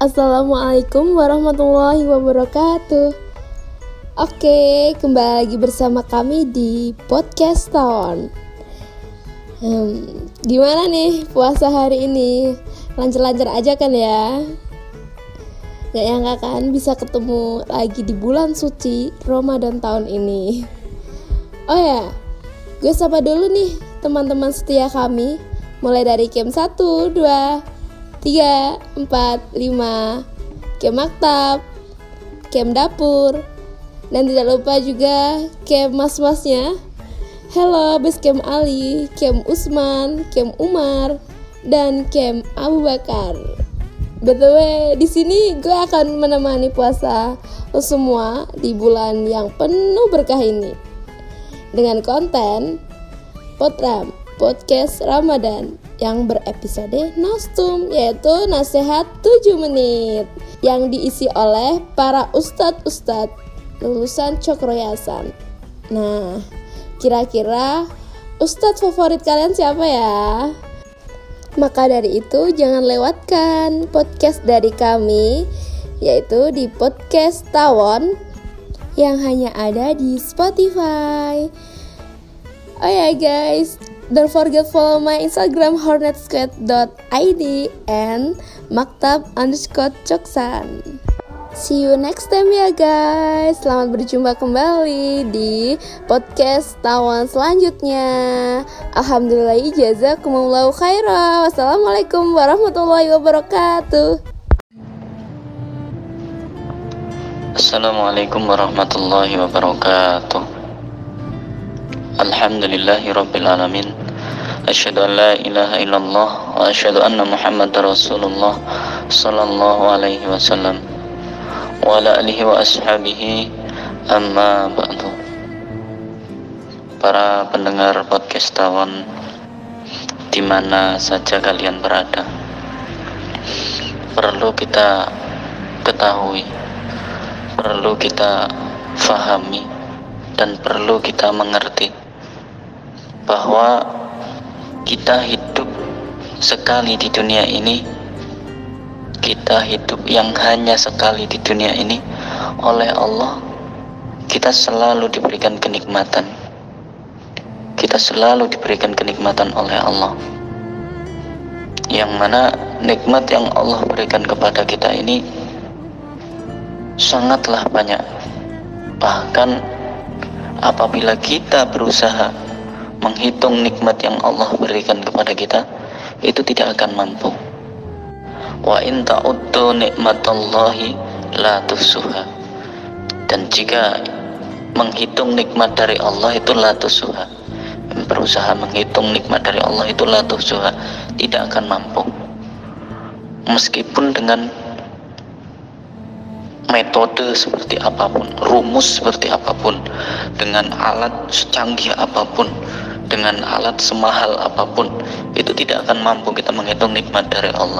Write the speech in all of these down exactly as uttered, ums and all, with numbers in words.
Assalamualaikum warahmatullahi wabarakatuh. Oke, kembali lagi bersama kami di Podcast Tawon. hmm, Gimana nih puasa hari ini? Lancar-lancar aja kan ya? Gak nyangka kan bisa ketemu lagi di bulan suci Ramadan tahun ini. Oh ya, gue sapa dulu nih teman-teman setia kami, mulai dari camp satu, dua, tiga, empat, lima, camp maktab, camp dapur, dan tidak lupa juga camp mas-masnya. Hello, base camp Ali, camp Usman, camp Umar, dan camp Abu Bakar. B T W, di sini gue akan menemani puasa lo semua di bulan yang penuh berkah ini dengan konten Potram, Podcast Ramadan yang berepisode Nostum, yaitu nasihat tujuh menit yang diisi oleh para ustadz-ustadz lulusan Cokroyasan. Nah, kira-kira ustadz favorit kalian siapa ya? Maka dari itu jangan lewatkan podcast dari kami, yaitu di Podcast Tawon yang hanya ada di Spotify. Oh ya guys, don't forget follow my Instagram hornetsquad dot i d and maktab underscore coksan. See you next time ya guys. Selamat berjumpa kembali di podcast Tawon selanjutnya. Alhamdulillah, jazakumullahu khairan. Wassalamualaikum warahmatullahi wabarakatuh. Assalamualaikum warahmatullahi wabarakatuh. Alhamdulillahi rabbil alamin. Asyhadu an la ilaha illallah wa asyhadu anna Muhammadar Rasulullah sallallahu alaihi wasallam wa ala alihi wa ashabihi, amma ba'du. Para pendengar podcast Tawon di mana saja kalian berada, perlu kita ketahui, perlu kita fahami, dan perlu kita mengerti bahwa kita hidup sekali di dunia ini. Kita hidup yang hanya sekali di dunia ini. Oleh Allah kita selalu diberikan kenikmatan. Kita selalu diberikan kenikmatan oleh Allah, yang mana nikmat yang Allah berikan kepada kita ini sangatlah banyak. Bahkan apabila kita berusaha menghitung nikmat yang Allah berikan kepada kita, itu tidak akan mampu. Wa in ta'uddu nikmatallahi la tuhsuha. Dan jika menghitung nikmat dari Allah itu la tuhsuha, berusaha menghitung nikmat dari Allah itu la tuhsuha, tidak akan mampu. Meskipun dengan metode seperti apapun, rumus seperti apapun, dengan alat secanggih apapun, dengan alat semahal apapun, itu tidak akan mampu kita menghitung nikmat dari Allah.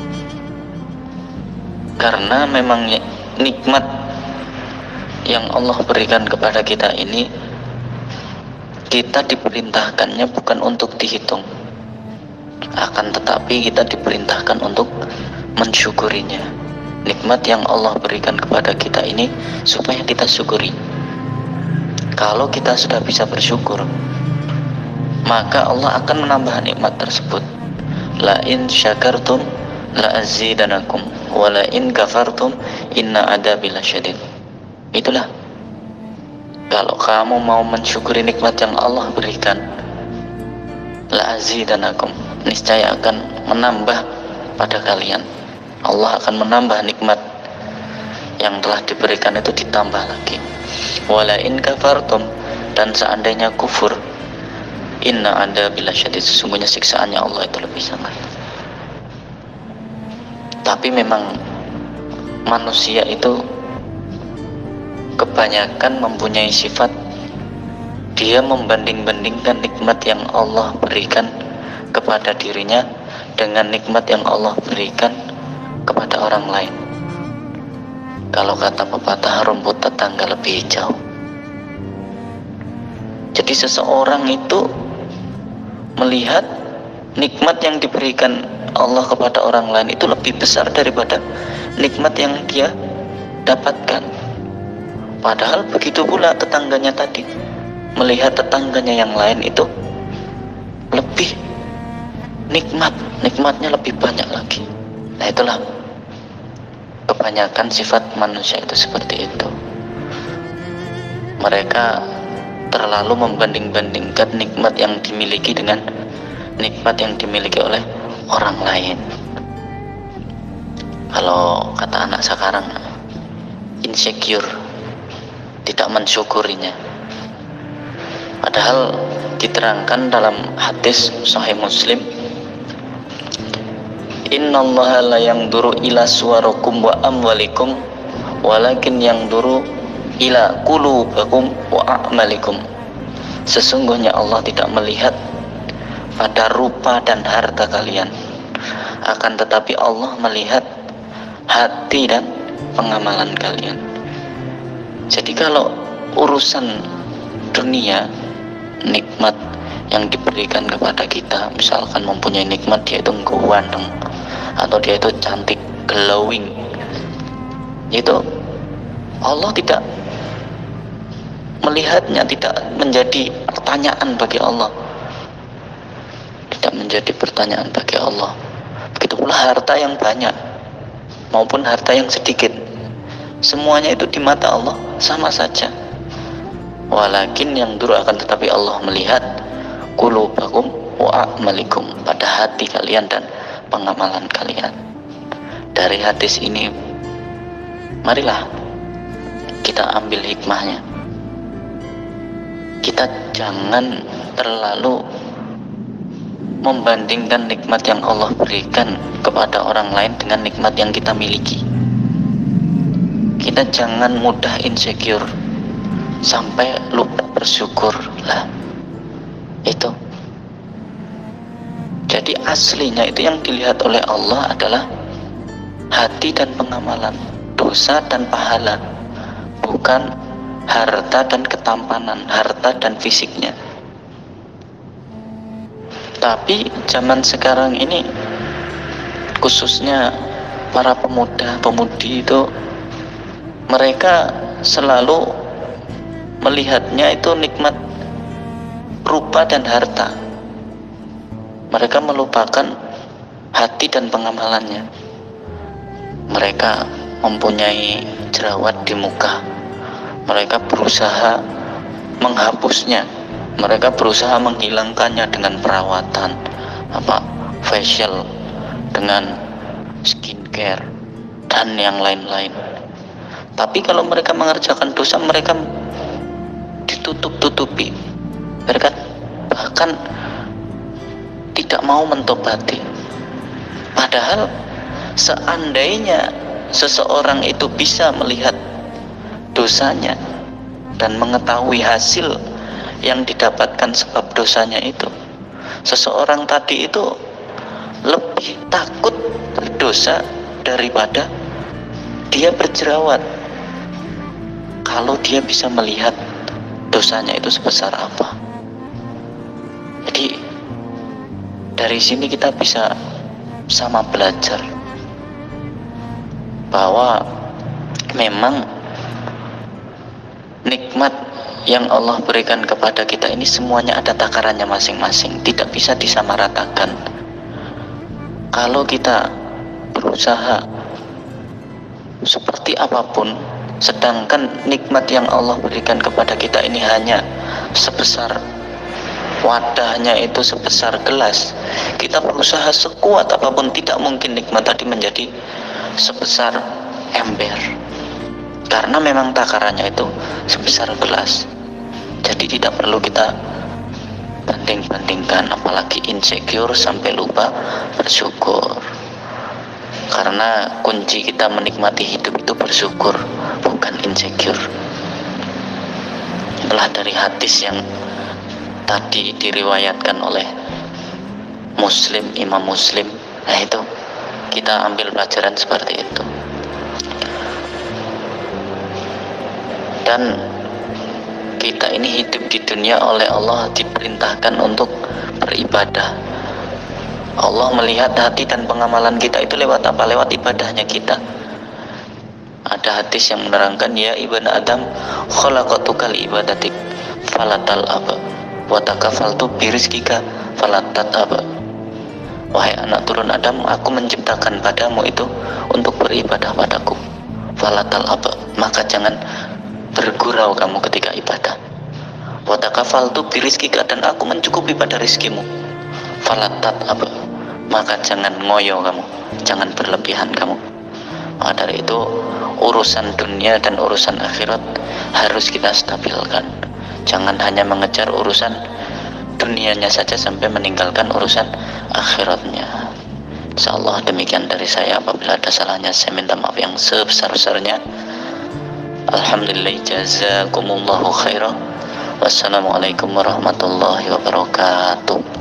Karena memang nikmat yang Allah berikan kepada kita ini, kita diperintahkannya bukan untuk dihitung, akan tetapi kita diperintahkan untuk mensyukurinya. Nikmat yang Allah berikan kepada kita ini supaya kita syukuri. Kalau kita sudah bisa bersyukur, maka Allah akan menambah nikmat tersebut. La in syakartum la azidanakum wa la in kafartum inna adabi lasyadid. Itulah, kalau kamu mau mensyukuri nikmat yang Allah berikan, la azidanakum, niscaya akan menambah pada kalian. Allah akan menambah nikmat yang telah diberikan itu, ditambah lagi. Wala in kafartum, dan seandainya kufur, inna adabi lasyadid, sesungguhnya siksaannya Allah itu lebih sangat. Tapi memang manusia itu kebanyakan mempunyai sifat dia membanding-bandingkan nikmat yang Allah berikan kepada dirinya dengan nikmat yang Allah berikan kepada orang lain. Kalau kata pepatah, rumput tetangga lebih hijau. Jadi seseorang itu melihat nikmat yang diberikan Allah kepada orang lain itu lebih besar daripada nikmat yang dia dapatkan. Padahal begitu pula tetangganya tadi, melihat tetangganya yang lain itu lebih nikmat, nikmatnya lebih banyak lagi. Nah itulah kebanyakan sifat manusia itu seperti itu. Mereka terlalu membanding-bandingkan nikmat yang dimiliki dengan nikmat yang dimiliki oleh orang lain. Kalau kata anak sekarang, insecure, tidak mensyukurinya. Padahal diterangkan dalam hadis Sahih Muslim, innallaha la yanzuru ila suwarakum wa amwalikum walakin yanzuru ila qulubikum wa a'malikum. Sesungguhnya Allah tidak melihat pada rupa dan harta kalian, akan tetapi Allah melihat hati dan pengamalan kalian. Jadi kalau urusan dunia, nikmat yang diberikan kepada kita, misalkan mempunyai nikmat dia itu ganteng atau dia itu cantik, glowing, itu Allah tidak melihatnya, tidak menjadi pertanyaan bagi Allah, tidak menjadi pertanyaan bagi Allah. Begitu pula harta yang banyak maupun harta yang sedikit, semuanya itu di mata Allah sama saja. Walakin yang dulu akan tetapi Allah melihat qulubakum wa a'malikum, pada hati kalian dan pengamalan kalian. Dari hadis ini marilah kita ambil hikmahnya. Kita jangan terlalu membandingkan nikmat yang Allah berikan kepada orang lain dengan nikmat yang kita miliki. Kita jangan mudah insecure sampai lupa bersyukur lah. Itu jadi aslinya itu yang dilihat oleh Allah adalah hati dan pengamalan, dosa dan pahala, bukan harta dan ketampanan, harta dan fisiknya. Tapi zaman sekarang ini, khususnya para pemuda-pemudi itu, mereka selalu melihatnya itu nikmat rupa dan harta. Mereka melupakan hati dan pengamalannya. Mereka mempunyai jerawat di muka, mereka berusaha menghapusnya. Mereka berusaha menghilangkannya dengan perawatan, apa, facial, dengan skincare dan yang lain-lain. Tapi kalau mereka mengerjakan dosa, mereka ditutup-tutupi. Mereka bahkan tidak mau mentobati. Padahal seandainya seseorang itu bisa melihat dosanya dan mengetahui hasil yang didapatkan sebab dosanya itu, seseorang tadi itu lebih takut berdosa daripada dia berjerawat, kalau dia bisa melihat dosanya itu sebesar apa. Jadi dari sini kita bisa sama belajar bahwa memang nikmat yang Allah berikan kepada kita ini semuanya ada takarannya masing-masing, tidak bisa disamaratakan. Kalau kita berusaha seperti apapun, sedangkan nikmat yang Allah berikan kepada kita ini hanya sebesar wadahnya itu sebesar gelas, kita berusaha sekuat apapun, tidak mungkin nikmat tadi menjadi sebesar ember, karena memang takarannya itu sebesar gelas. Jadi tidak perlu kita banding-bandingkan, apalagi insecure sampai lupa bersyukur. Karena kunci kita menikmati hidup itu bersyukur, bukan insecure. Itulah dari hadis yang tadi diriwayatkan oleh Muslim, Imam Muslim. Nah itu kita ambil pelajaran seperti itu. Dan kita ini hidup di dunia oleh Allah diperintahkan untuk beribadah. Allah melihat hati dan pengamalan kita itu lewat apa? Lewat ibadahnya kita. Ada hadis yang menerangkan, ya ibn Adam, khalaqatuka li ibadatik falatal aba wa takafaltu birizkika falatat aba. Wahai anak turun Adam, aku menciptakan padamu itu untuk beribadah padaku. Falatal aba, maka jangan bergurau kamu ketika ibadah. Wa takafaltu birizkika, dan aku mencukupi pada rizkimu. Falatat aba, maka jangan ngoyo kamu, jangan berlebihan kamu. Maka dari itu urusan dunia dan urusan akhirat harus kita stabilkan. Jangan hanya mengejar urusan dunianya saja sampai meninggalkan urusan akhiratnya. Insyaallah demikian dari saya. Apabila ada salahnya saya minta maaf yang sebesar-besarnya. Alhamdulillah, jazakumullahu khairan. Wassalamualaikum warahmatullahi wabarakatuh.